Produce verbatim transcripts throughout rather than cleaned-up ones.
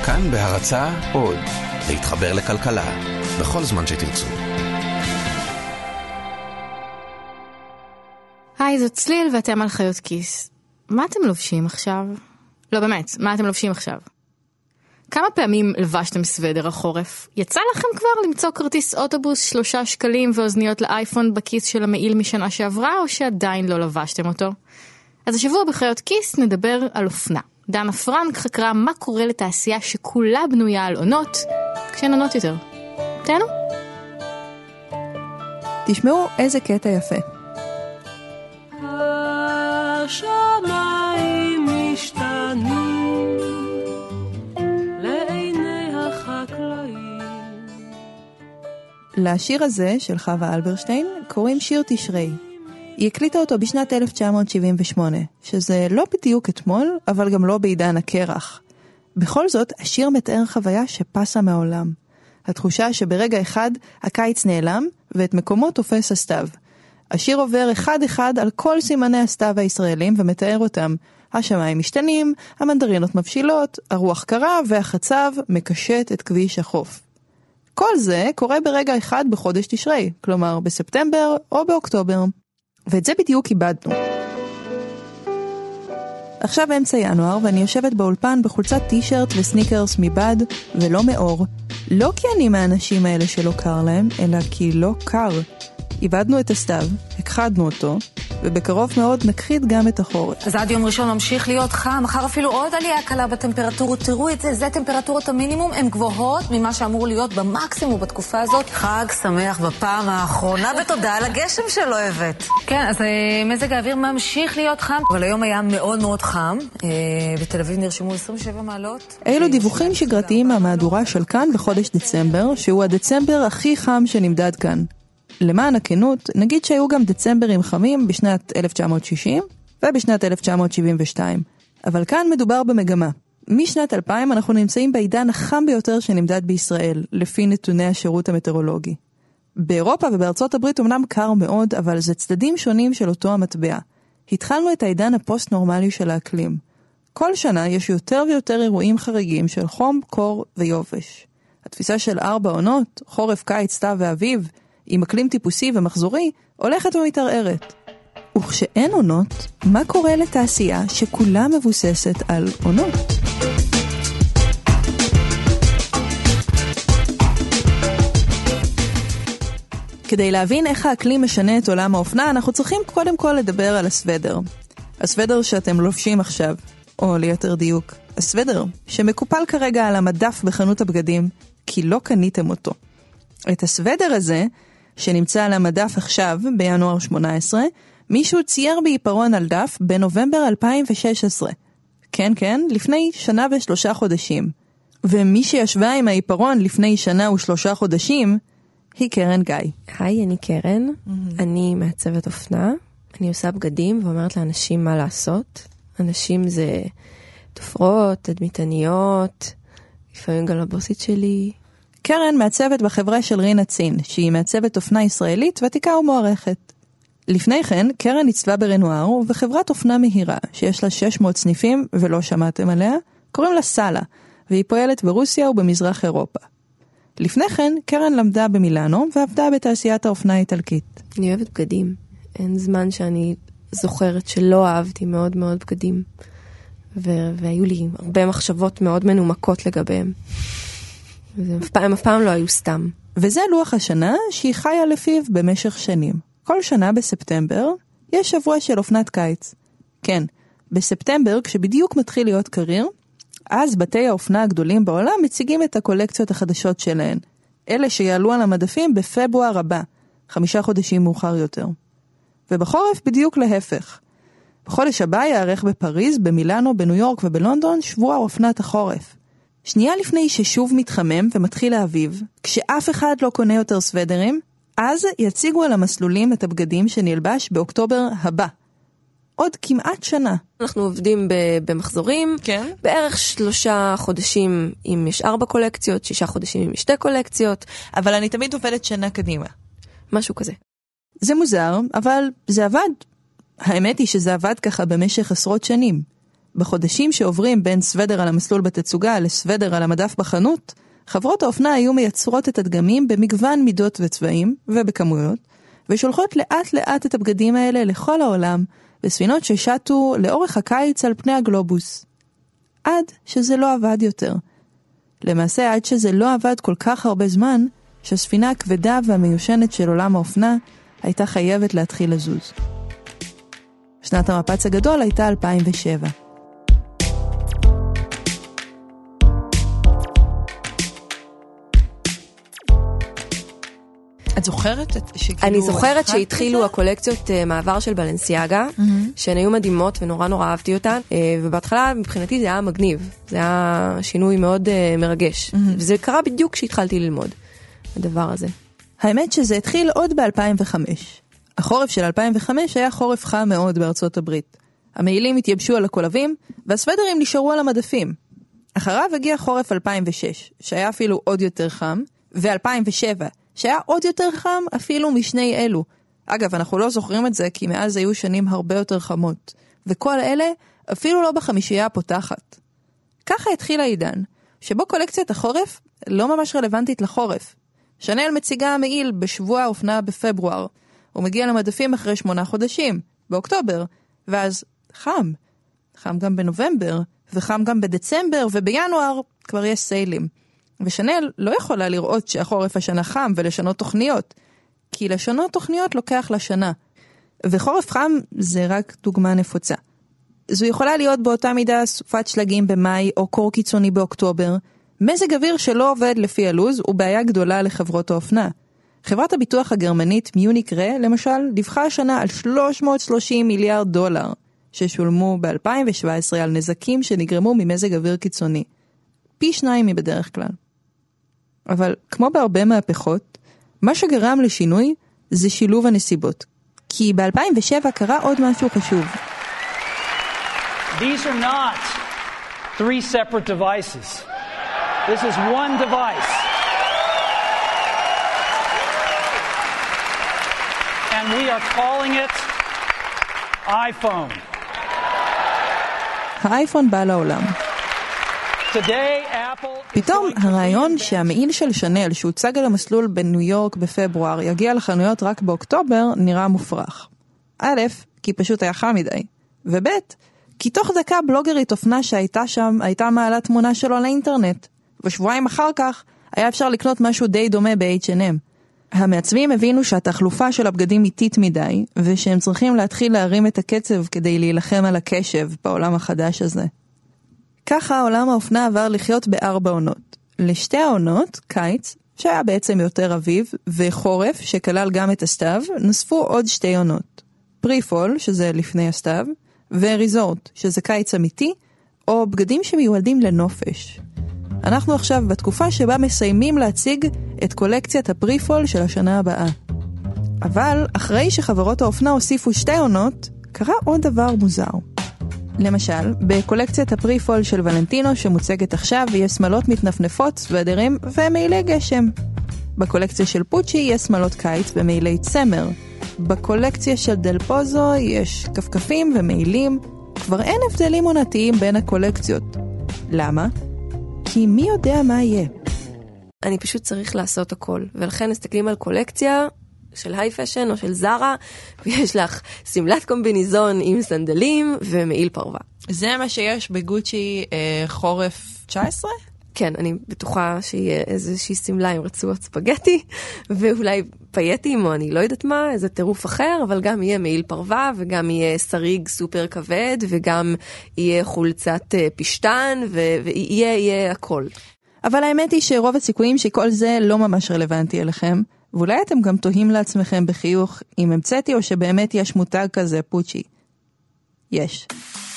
כאן בהרצאה עוד, להתחבר לכלכלה, בכל זמן שתרצו. היי, זאת צליל ואתם על חיות כיס. מה אתם לובשים עכשיו? לא באמת, מה אתם לובשים עכשיו? כמה פעמים לבשתם סוודר החורף? יצא לכם כבר למצוא כרטיס אוטובוס שלושה שקלים ואוזניות לאייפון בכיס של המעיל משנה שעברה, או שעדיין לא לבשתם אותו? אז השבוע בחיות כיס נדבר על אופנה. דנה פרנק חקרה מה קורה לתעשייה שכולה בנויה על עונות, כשהן עונות יותר. תהנו? תשמעו איזה קטע יפה. השמיים משתנים לעיני החקלאים. לשיר הזה של חווה אלברשטיין קוראים שיר תשרי. היא הקליטה אותו בשנת אלף תשע מאות שבעים ושמונה, שזה לא בדיוק אתמול, אבל גם לא בעידן הקרח. בכל זאת, השיר מתאר חוויה שפסה מהעולם. התחושה שברגע אחד הקיץ נעלם, ואת מקומו תופס הסתיו. השיר עובר אחד אחד על כל סימני הסתיו הישראלים ומתאר אותם. השמיים משתנים, המנדרינות מבשילות, הרוח קרה והחצב מקשט את כביש החוף. כל זה קורה ברגע אחד בחודש תשרי, כלומר בספטמבר או באוקטובר. ואת זה בדיוק איבדנו. עכשיו אמצע ינואר ואני יושבת באולפן בחולצת טישרט וסניקרס מבד ולא מאור. לא כי אני מהאנשים האלה שלא קר להם, אלא כי לא קר. איבדנו את הסתיו, הכחדנו אותו, ובקרוב מאוד נכחיד גם את החורף. אז עד יום ראשון ממשיך להיות חם, מחר אפילו עוד עלייה קלה בטמפרטורות. תראו את זה, זה טמפרטורות המינימום, הן גבוהות ממה שאמור להיות במקסימום בתקופה הזאת. חג שמח בפעם האחרונה, ותודה על הגשם שלא הבאת. כן, אז מזג האוויר ממשיך להיות חם, אבל היום היה מאוד מאוד חם. בתל אביב נרשמו עשרים ושבע מעלות. אלו דיווחים שגרתיים מהמהדורה של כאן בחודש דצמבר, שהוא הדצמבר הכי חם שנמדד כאן. למען הכנות, נגיד שהיו גם דצמברים חמים בשנת אלף תשע מאות שישים ובשנת אלף תשע מאות שבעים ושתיים. אבל כאן מדובר במגמה. משנת אלפיים אנחנו נמצאים בעידן החם ביותר שנמדד בישראל, לפי נתוני השירות המטאורולוגי. באירופה ובארצות הברית אמנם קר מאוד, אבל זה צדדים שונים של אותו המטבע. התחלנו את העידן הפוסט-נורמלי של האקלים. כל שנה יש יותר ויותר אירועים חריגים של חום, קור ויובש. התפיסה של ארבע עונות, חורף, קיץ, סתיו ואביב, עם אקלים טיפוסי ומחזורי, הולכת ומתערערת. וכשאין עונות, מה קורה לתעשייה שכולה מבוססת על עונות? כדי להבין איך האקלים משנה את עולם האופנה, אנחנו צריכים קודם כל לדבר על הסוודר. הסוודר שאתם לובשים עכשיו, או ליתר דיוק, הסוודר שמקופל כרגע על המדף בחנות הבגדים, כי לא קניתם אותו. את הסוודר הזה, שנמצא על המדף עכשיו, בינואר שמונה עשרה, מישהו צייר בעיפרון על דף בנובמבר אלפיים ושש עשרה. כן, כן, לפני שנה ושלושה חודשים. ומי שישבה עם העיפרון לפני שנה ושלושה חודשים, היא קרן גיא. היי, אני קרן. Mm-hmm. אני מעצבת אופנה. אני עושה בגדים ואומרת לאנשים מה לעשות. אנשים זה תופרות, תדמיתניות, לפעמים גם הבוסית שלי. קרן מעצבת בחברה של רינה צין, שהיא מעצבת אופנה ישראלית ותיקה ומוערכת. לפני כן, קרן הצבה ברנואר ובחברת אופנה מהירה, שיש לה שש מאות סניפים ולא שמעתם עליה, קוראים לה סאלה, והיא פועלת ברוסיה ובמזרח אירופה. לפני כן, קרן למדה במילאנו ועבדה בתעשיית האופנה האיטלקית. אני אוהבת בגדים. אין זמן שאני זוכרת שלא אהבתי מאוד מאוד בגדים. ו- והיו לי הרבה מחשבות מאוד מנומקות לגביהם. אף פעם, אף פעם לא היו סתם. וזה לוח השנה שהיא חיה לפיו במשך שנים. כל שנה בספטמבר יש שבוע של אופנת קיץ. כן, בספטמבר, כשבדיוק מתחיל להיות קריר, אז בתי האופנה הגדולים בעולם מציגים את הקולקציות החדשות שלהן. אלה שיעלו על המדפים בפברואר הבא, חמישה חודשים מאוחר יותר. ובחורף בדיוק להפך. בחודש הבא יערך בפריז, במילאנו, בניו יורק ובלונדון שבוע אופנת החורף. שנייה לפני ששוב מתחמם ומתחיל האביב, כשאף אחד לא קונה יותר סוודרים, אז יציגו על המסלולים את הבגדים שנלבש באוקטובר הבא. עוד כמעט שנה. אנחנו עובדים במחזורים, כן. בערך שלושה חודשים אם יש ארבע קולקציות, שישה חודשים אם יש שתי קולקציות. אבל אני תמיד עובדת שנה קדימה. משהו כזה. זה מוזר, אבל זה עבד. האמת היא שזה עבד ככה במשך עשרות שנים. בחודשים שעוברים בין סוודר על המסלול בתצוגה לסוודר על המדף בחנות, חברות האופנה היו מייצרות את הדגמים במגוון מידות וצבעים ובכמויות, ושולחות לאט לאט את הבגדים האלה לכל העולם, בספינות ששטו לאורך הקיץ על פני הגלובוס. עד שזה לא עבד יותר. למעשה עד שזה לא עבד כל כך הרבה זמן, שהספינה הכבדה והמיושנת של עולם האופנה הייתה חייבת להתחיל לזוז. שנת המפץ הגדול הייתה אלפיים ושבע. את זוכרת? אני זוכרת שהתחילו הקולקציות מעבר של בלנסיאגה, שהן היו מדהימות ונורא נורא אהבתי אותן, ובהתחלה מבחינתי זה היה מגניב, זה היה שינוי מאוד מרגש, וזה קרה בדיוק כשהתחלתי ללמוד הדבר הזה. האמת שזה התחיל עוד ב-אלפיים וחמש. החורף של אלפיים וחמש היה חורף חם מאוד בארצות הברית. המעילים התייבשו על הקולבים, והסוודרים נשארו על המדפים. אחריו הגיע חורף אלפיים ושש, שהיה אפילו עוד יותר חם, ו-אלפיים ושבע, שהיה עוד יותר חם אפילו משני אלו. אגב, אנחנו לא זוכרים את זה, כי מאז היו שנים הרבה יותר חמות. וכל אלה אפילו לא בחמישייה הפותחת. ככה התחיל העידן, שבו קולקציית החורף לא ממש רלוונטית לחורף. שנל מציגה המעיל בשבוע האופנה בפברואר. הוא מגיע למדפים אחרי שמונה חודשים, באוקטובר, ואז חם. חם גם בנובמבר, וחם גם בדצמבר, ובינואר כבר יש סיילים. ושנל לא יכולה לראות שהחורף השנה חם ולשנות תוכניות, כי לשנות תוכניות לוקח לשנה. וחורף חם זה רק דוגמה נפוצה. זו יכולה להיות באותה מידה סופת שלגים במאי או קור קיצוני באוקטובר. מזג אוויר שלא עובד לפי הלוז הוא בעיה גדולה לחברות האופנה. חברת הביטוח הגרמנית מיוניק רה, למשל, דיווחה השנה על שלוש מאות ושלושים מיליארד דולר, ששולמו ב-אלפיים שבע עשרה על נזקים שנגרמו ממזג אוויר קיצוני. פי שניים מבדרך כלל. אבל כמו בהרבה מהפכות, מה שגרם לשינוי זה שילוב הנסיבות. כי ב-אלפיים ושבע קרה עוד משהו חשוב. These are not three separate devices. This is one device. And we are calling it iPhone. האייפון בא לעולם. Today, Apple... פתאום הרעיון שהמעיל של שנל שהוצג על המסלול בניו יורק בפברואר יגיע לחנויות רק באוקטובר נראה מופרך. א', כי פשוט היה חם מדי. וב', כי תוך דקה בלוגרית אופנה שהייתה שם הייתה מעלה תמונה שלו לאינטרנט. ושבועיים אחר כך היה אפשר לקנות משהו די דומה ב-אייץ' אנד אם. המעצבים הבינו שהתחלופה של הבגדים איטית מדי, ושהם צריכים להתחיל להרים את הקצב כדי להילחם על הקשב בעולם החדש הזה. ככה עולם האופנה עבר לחיות בארבע עונות. לשתי העונות, קיץ, שהיה בעצם יותר אביב, וחורף, שכלל גם את הסתיו, נוספו עוד שתי עונות. פרי-פול, שזה לפני הסתיו, וריזורט, שזה קיץ אמיתי, או בגדים שמיועדים לנופש. אנחנו עכשיו בתקופה שבה מסיימים להציג את קולקציית הפרי-פול של השנה הבאה. אבל אחרי שחברות האופנה הוסיפו שתי עונות, קרה עוד דבר מוזר. למשל, בקולקציית הפרי-פול של ולנטינו שמוצגת עכשיו יש שמלות מתנפנפות, סוודרים ומעילי גשם. בקולקציה של פוצ'י יש שמלות קיץ ומעילי צמר. בקולקציה של דל פוזו יש כפכפים ומעילים. כבר אין הבדלים עונתיים בין הקולקציות. למה? כי מי יודע מה יהיה? אני פשוט צריך לעשות הכל, ולכן מסתכלים על קולקציה של היי פשן או של זרה, ויש לך סמלת קומביניזון עם סנדלים ומעיל פרווה. זה מה שיש בגוצ'י אה, חורף תשע עשרה? כן, אני בטוחה שיהיה איזושהי סמלה עם רצועות ספגטי, ואולי פייטים או אני לא יודעת מה, איזה טירוף אחר, אבל גם יהיה מעיל פרווה, וגם יהיה שריג סופר כבד, וגם יהיה חולצת פשטן, ויהיה יהיה הכל. אבל האמת היא שרוב הסיכויים שכל זה לא ממש רלוונטי אליכם, ואולי אתם גם תוהים לעצמכם בחיוך אם המצאתי או שבאמת יש מותג כזה פוצ'י. יש.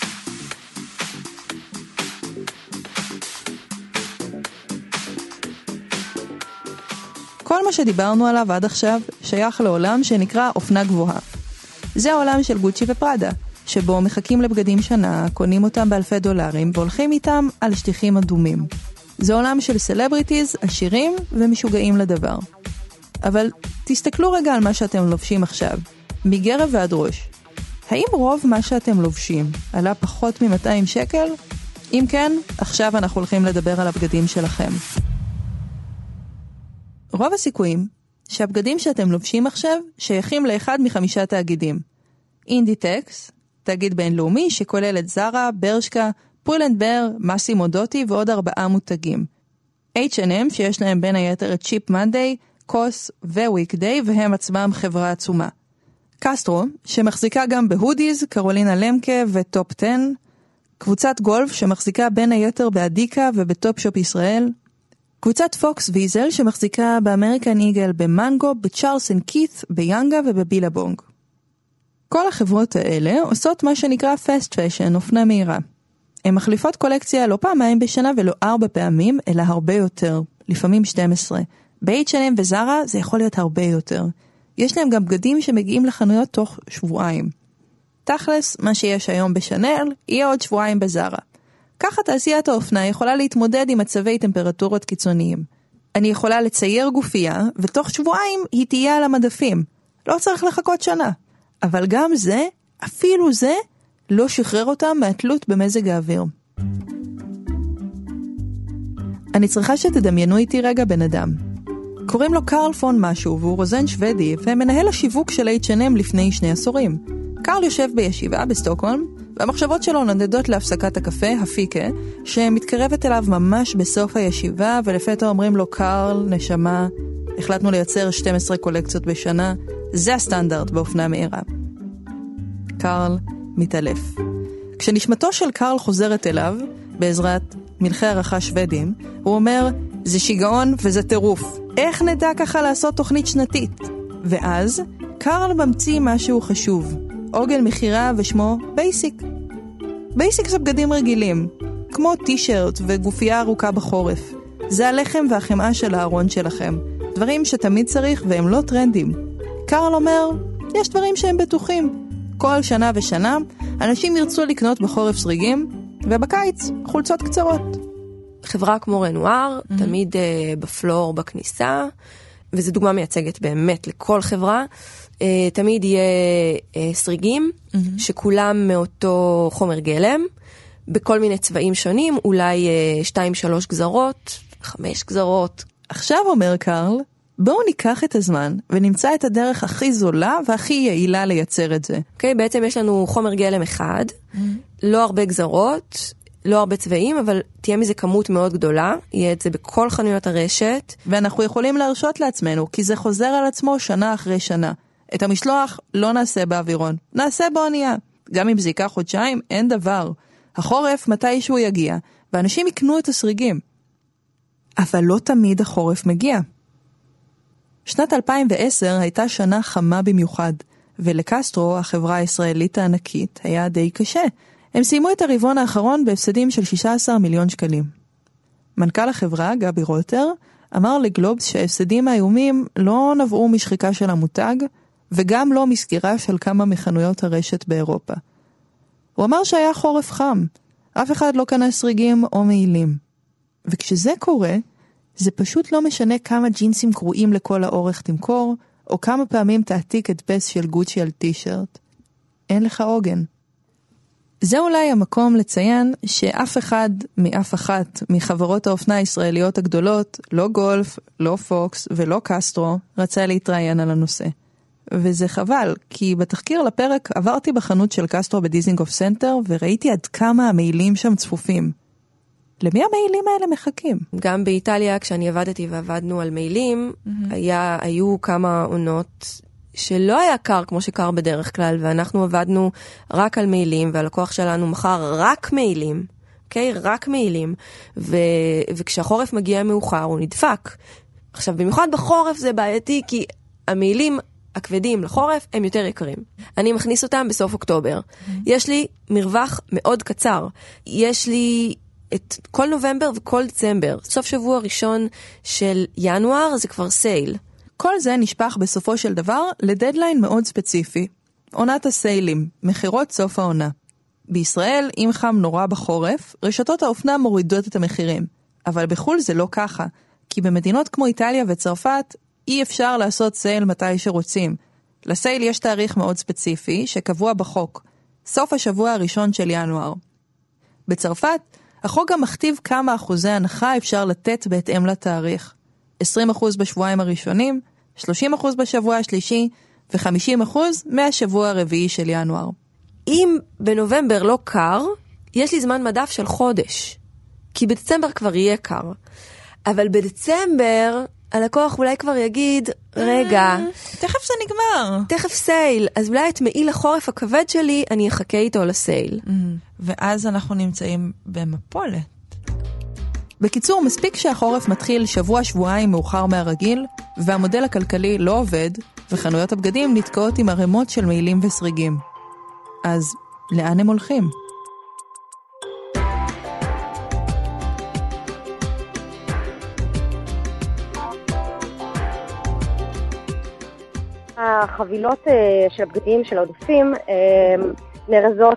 כל מה שדיברנו עליו עד עכשיו שייך לעולם שנקרא אופנה גבוהה. זה העולם של גוצ'י ופרדה, שבו מחכים לבגדים שנה, קונים אותם באלפי דולרים והולכים איתם על שטיחים אדומים. זה עולם של סלבריטיז, עשירים ומשוגעים לדבר. אבל תסתכלו רגע על מה שאתם לובשים עכשיו, מגרב ועד ראש. האם רוב מה שאתם לובשים עלה פחות מ-מאתיים שקל? אם כן, עכשיו אנחנו הולכים לדבר על הבגדים שלכם. רוב הסיכויים שהבגדים שאתם לובשים עכשיו שייכים לאחד מחמישה תאגידים. אינדיטקס, תאגיד בינלאומי שכולל את זרה, ברשקה, פולנדבר, מאסימו דוטי ועוד ארבעה מותגים. אייץ' אנד אם שיש להם בין היתר את צ'יפ מנדיי, קוס וויקדיי והם עצמם חברה עצומה. קסטרו, שמחזיקה גם בהודיז, קרולינה למקה וטופ עשר, קבוצת גולף שמחזיקה בין היתר באדיקה ובטופ-שופ ישראל, קבוצת פוקס ויזל שמחזיקה באמריקן איגל, במנגו, בצ'ארלס אנד קית', ביאנגה ובבילבונג. כל החברות האלה עושות מה שנקרא fast fashion, אופנה מהירה. הן מחליפות קולקציה לא פעמיים בשנה ולא ארבע פעמים, אלא הרבה יותר, לפעמים שתים עשרה. ב-אייץ' אנד אם וזרה זה יכול להיות הרבה יותר. יש להם גם בגדים שמגיעים לחנויות תוך שבועיים. תכלס, מה שיש היום בשנל, יהיה עוד שבועיים בזרה. ככה תעשיית האופנה יכולה להתמודד עם מצבי טמפרטורות קיצוניים. אני יכולה לצייר גופייה, ותוך שבועיים היא תהיה על המדפים. לא צריך לחכות שנה. אבל גם זה, אפילו זה, לא שחרר אותם מהתלות במזג האוויר. אני צריכה שתדמיינו איתי רגע בן אדם. קוראים לו קרל פון משהו, והוא רוזן שוודי, ומנהל השיווק של אייץ' אנד אם לפני שני עשורים. קרל יושב בישיבה בסטוקהולם, והמחשבות שלו נדדות להפסקת הקפה, הפיקה, שמתקרבת אליו ממש בסוף הישיבה, ולפתע אומרים לו, קרל, נשמה, החלטנו לייצר שתים עשרה קולקציות בשנה, זה הסטנדרט באופנה מהירה. קרל מתעלף. כשנשמתו של קרל חוזרת אליו, בעזרת מלכי ערכה שוודים, הוא אומר, זה שיגעון וזה טירוף. איך נדע ככה לעשות תוכנית שנתית? ואז, קרל ממציא משהו חשוב. עוגן מחירה ושמו בייסיק. בייסיק זה בגדים רגילים, כמו טישרט וגופייה ארוכה בחורף. זה הלחם והחמאה של הארון שלכם. דברים שתמיד צריך והם לא טרנדים. קרל אומר, יש דברים שהם בטוחים. כל שנה ושנה, אנשים ירצו לקנות בחורף סריגים, ובקיץ חולצות קצרות. חברה כמו רנואר, mm-hmm. תמיד uh, בפלור בכניסה, וזו דוגמה מייצגת באמת לכל חברה, uh, תמיד יהיה uh, סריגים, mm-hmm. שכולם מאותו חומר גלם, בכל מיני צבעים שונים, אולי uh, שתיים שלוש גזרות, חמש גזרות. עכשיו אומר קרל, בואו ניקח את הזמן ונמצא את הדרך הכי זולה והכי יעילה לייצר את זה. אוקיי, okay, בעצם יש לנו חומר גלם אחד, mm-hmm. לא הרבה גזרות, לא הרבה צבעים, אבל תהיה מזה כמות מאוד גדולה, יהיה את זה בכל חנויות הרשת. ואנחנו יכולים להרשות לעצמנו, כי זה חוזר על עצמו שנה אחרי שנה. את המשלוח לא נעשה באווירון, נעשה באונייה. גם אם זה ייקח חודשיים, אין דבר. החורף מתישהו יגיע, ואנשים יקנו את הסריגים. אבל לא תמיד החורף מגיע. שנת אלפיים ועשר הייתה שנה חמה במיוחד, ולקסטרו, החברה הישראלית הענקית, היה די קשה. הם סיימו את הרבעון האחרון בהפסדים של שישה עשר מיליון שקלים. מנכ"ל החברה, גבי רוטר, אמר לגלובס שההפסדים האיומים לא נבעו משחיקה של המותג, וגם לא מסגירה של כמה מחנויות הרשת באירופה. הוא אמר שהיה חורף חם, אף אחד לא קנה סריגים או מעילים. וכשזה קורה, זה פשוט לא משנה כמה ג'ינסים קרועים לכל האורך תמכור, או כמה פעמים תעתיק את פס של גוצ'י על טישרט. אין לך עוגן. זה אולי המקום לציין שאף אחד מאף אחת מחברות האופנה הישראליות הגדולות, לא גולף, לא פוקס ולא קסטרו, רצה להתראיין על הנושא. וזה חבל, כי בתחקיר לפרק עברתי בחנות של קסטרו בדיזינגוף סנטר, וראיתי עד כמה המעילים שם צפופים. למי המעילים האלה מחכים? גם באיטליה, כשאני עבדתי ועבדנו על מעילים, mm-hmm. היה, היו כמה עונות שלא היה קר כמו שקר בדרך כלל, ואנחנו עבדנו רק על מעילים, והלקוח שלנו מחר רק מעילים, אוקיי? רק מעילים, ו... וכשהחורף מגיע מאוחר הוא נדפק. עכשיו, במיוחד בחורף זה בעייתי, כי המעילים הכבדים לחורף הם יותר יקרים. אני מכניס אותם בסוף אוקטובר. Mm-hmm. יש לי מרווח מאוד קצר. יש לי את כל נובמבר וכל דצמבר. סוף שבוע ראשון של ינואר זה כבר סייל. כל זה נשפח בסופו של דבר לדדליין מאוד ספציפי. עונת הסיילים, מחירות סוף העונה. בישראל, אם חם נורא בחורף, רשתות האופנה מורידות את המחירים. אבל בחול זה לא ככה, כי במדינות כמו איטליה וצרפת, אי אפשר לעשות סייל מתי שרוצים. לסייל יש תאריך מאוד ספציפי שקבוע בחוק, סוף השבוע הראשון של ינואר. בצרפת, החוק גם מכתיב כמה אחוזי הנחה אפשר לתת בהתאם לתאריך. עשרים אחוז בשבועיים הראשונים, שלושים אחוז בשבוע השלישי, ו-חמישים אחוז מהשבוע הרביעי של ינואר. אם בנובמבר לא קר, יש לי זמן מדף של חודש. כי בדצמבר כבר יהיה קר. אבל בדצמבר, הלקוח אולי כבר יגיד, רגע, תכף זה נגמר. תכף סייל. אז אולי את מעיל החורף הכבד שלי, אני אחכה איתו לסייל. ואז אנחנו נמצאים במפולת. בקיצור, מספיק שהחורף מתחיל שבוע-שבועיים מאוחר מהרגיל, והמודל הכלכלי לא עובד, וחנויות הבגדים נתקעות עם הרמות של מעילים וסריגים. אז לאן הם הולכים? החבילות של הבגדים של העודפים נרזות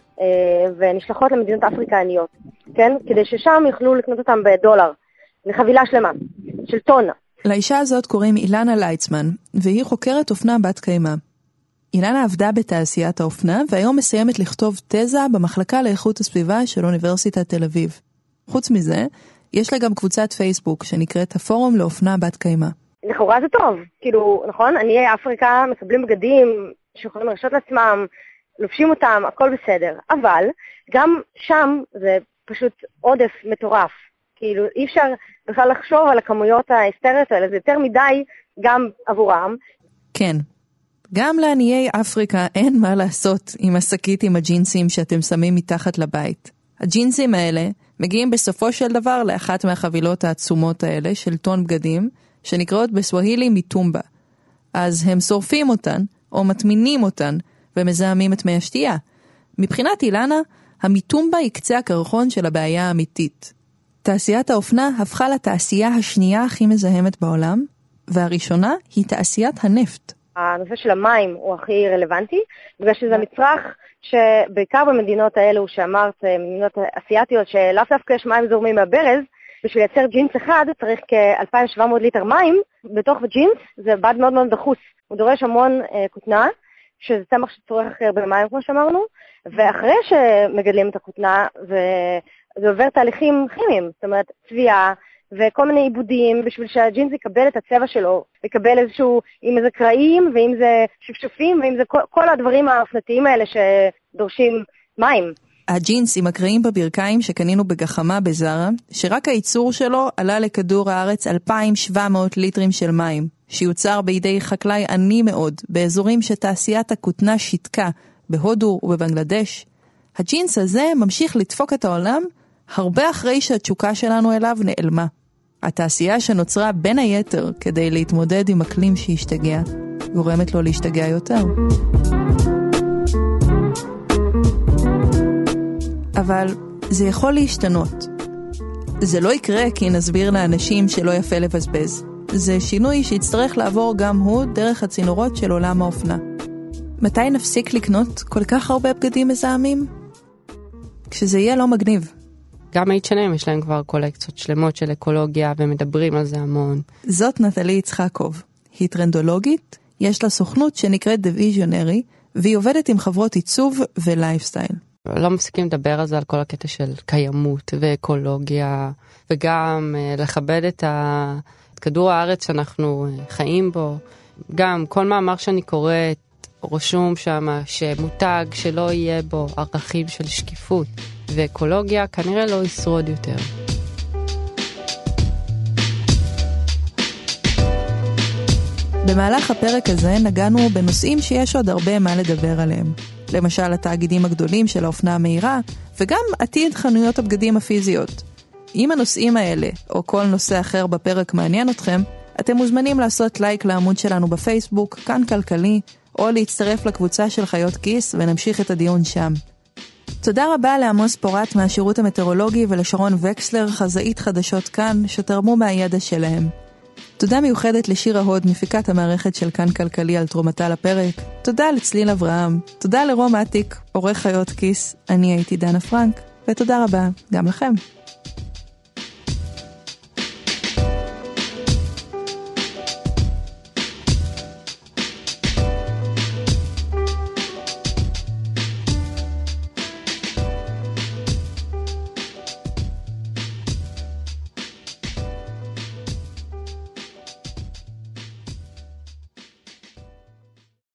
ונשלחות למדינות אפריקה העניות, כן? כדי ששם יוכלו לקנות אותם בדולר, לחבילה שלמה, של טונה. לאישה הזאת קוראים אילנה לייצמן, והיא חוקרת אופנה בת קיימה. אילנה עבדה בתעשיית האופנה, והיום מסיימת לכתוב תזה במחלקה לאיכות הסביבה של אוניברסיטת תל אביב. חוץ מזה, יש לה גם קבוצת פייסבוק שנקראת הפורום לאופנה בת קיימה. לכאורה זה טוב, כאילו, נכון? עניי אפריקה מקבלים בגדים שיכולים לרשות לעצמם, לובשים אותם, הכל בסדר. אבל גם שם זה פשוט עודף מטורף. כאילו, אי אפשר בכלל לחשוב על הכמויות ההיסטריות האלה, זה יותר מדי גם עבורם. כן. גם לעניי אפריקה אין מה לעשות עם השקית עם הג'ינסים שאתם שמים מתחת לבית. הג'ינסים האלה מגיעים בסופו של דבר לאחת מהחבילות העצומות האלה של טון בגדים, שנקראות בסווהילי מיטומבה. אז הם שורפים אותן, או מטמינים אותן, ומזהמים את מי השתייה. מבחינת אילנה, המיטומבה היא קצה הקרחון של הבעיה האמיתית. תעשיית האופנה הפכה לתעשייה השנייה הכי מזהמת בעולם, והראשונה היא תעשיית הנפט. הנושא של המים הוא הכי רלוונטי, בגלל שזה מצרך שבעיקר במדינות האלו שאמרת, מדינות אסיאטיות, שלאו דווקא יש מים זורמים מהברז, בשביל לייצר ג'ינס אחד צריך כ-אלפיים ושבע מאות ליטר מים, בתוך ג'ינס זה בד מאוד מאוד דחוס. הוא דורש המון אה, כותנה, שזה צמח שצורך הכי הרבה מים כמו שאמרנו, ואחרי שמגדלים את הכותנה, זה עובר תהליכים כימיים, זאת אומרת צביעה, וכל מיני עיבודים בשביל שהג'ינס יקבל את הצבע שלו, יקבל איזשהו, אם זה קרעים, ואם זה שפשופים, ואם זה כל, כל הדברים האופנתיים האלה שדורשים מים. הג'ינס עם הקרעים בברכיים שקנינו בגחמה בזרה, שרק הייצור שלו עלה לכדור הארץ אלפיים ושבע מאות ליטרים של מים, שיוצר בידי חקלאי עני מאוד, באזורים שתעשיית הכותנה שיתקה, בהודו ובבנגלדש. הג'ינס הזה ממשיך לדפוק את העולם, הרבה אחרי שהתשוקה שלנו אליו נעלמה. התעשייה שנוצרה בין היתר כדי להתמודד עם אקלים שהשתגע, גורמת לו להשתגע יותר. אבל זה יכול להשתנות. זה לא יקרה כי נסביר לאנשים שלא יפה לבזבז. זה שינוי שיצטרך לעבור גם הוא דרך הצינורות של עולם האופנה. מתי נפסיק לקנות כל כך הרבה בגדים מזהמים? כשזה יהיה לא מגניב. גם אייץ' אנד אם יש להם כבר קולקציות שלמות של אקולוגיה ומדברים על זה המון. זאת נטלי יצחקוב. היא טרנדולוגית, יש לה סוכנות שנקראת The Visionary, והיא עובדת עם חברות עיצוב ולייפסטייל. לא מפסיקים לדבר על זה, על כל הקטע של קיימות ואקולוגיה, וגם לכבד את, ה... את כדור הארץ שאנחנו חיים בו. גם כל מאמר שאני קוראת, רשום שם שמותג שלא יהיה בו ערכים של שקיפות ואקולוגיה, כנראה לא ישרוד יותר. במהלך הפרק הזה נגענו בנושאים שיש עוד הרבה מה לדבר עליהם. למשל התאגידים הגדולים של האופנה המהירה, וגם עתיד חנויות הבגדים הפיזיות. אם הנושאים האלה, או כל נושא אחר בפרק מעניין אתכם, אתם מוזמנים לעשות לייק לעמוד שלנו בפייסבוק, כאן כלכלי, או להצטרף לקבוצה של חיות כיס ונמשיך את הדיון שם. תודה רבה לעמוס פורט מהשירות המטאורולוגי ולשרון וקסלר, חזאית חדשות כאן, שתרמו מהידע שלהם. תודה מיוחדת לשירה הוד, מפיקת המערכת של כאן כלכלי על תרומתה לפרק. תודה לצליל אברהם. תודה לרום עתיק, עורך חיות כיס. אני הייתי דנה פרנק, ותודה רבה גם לכם.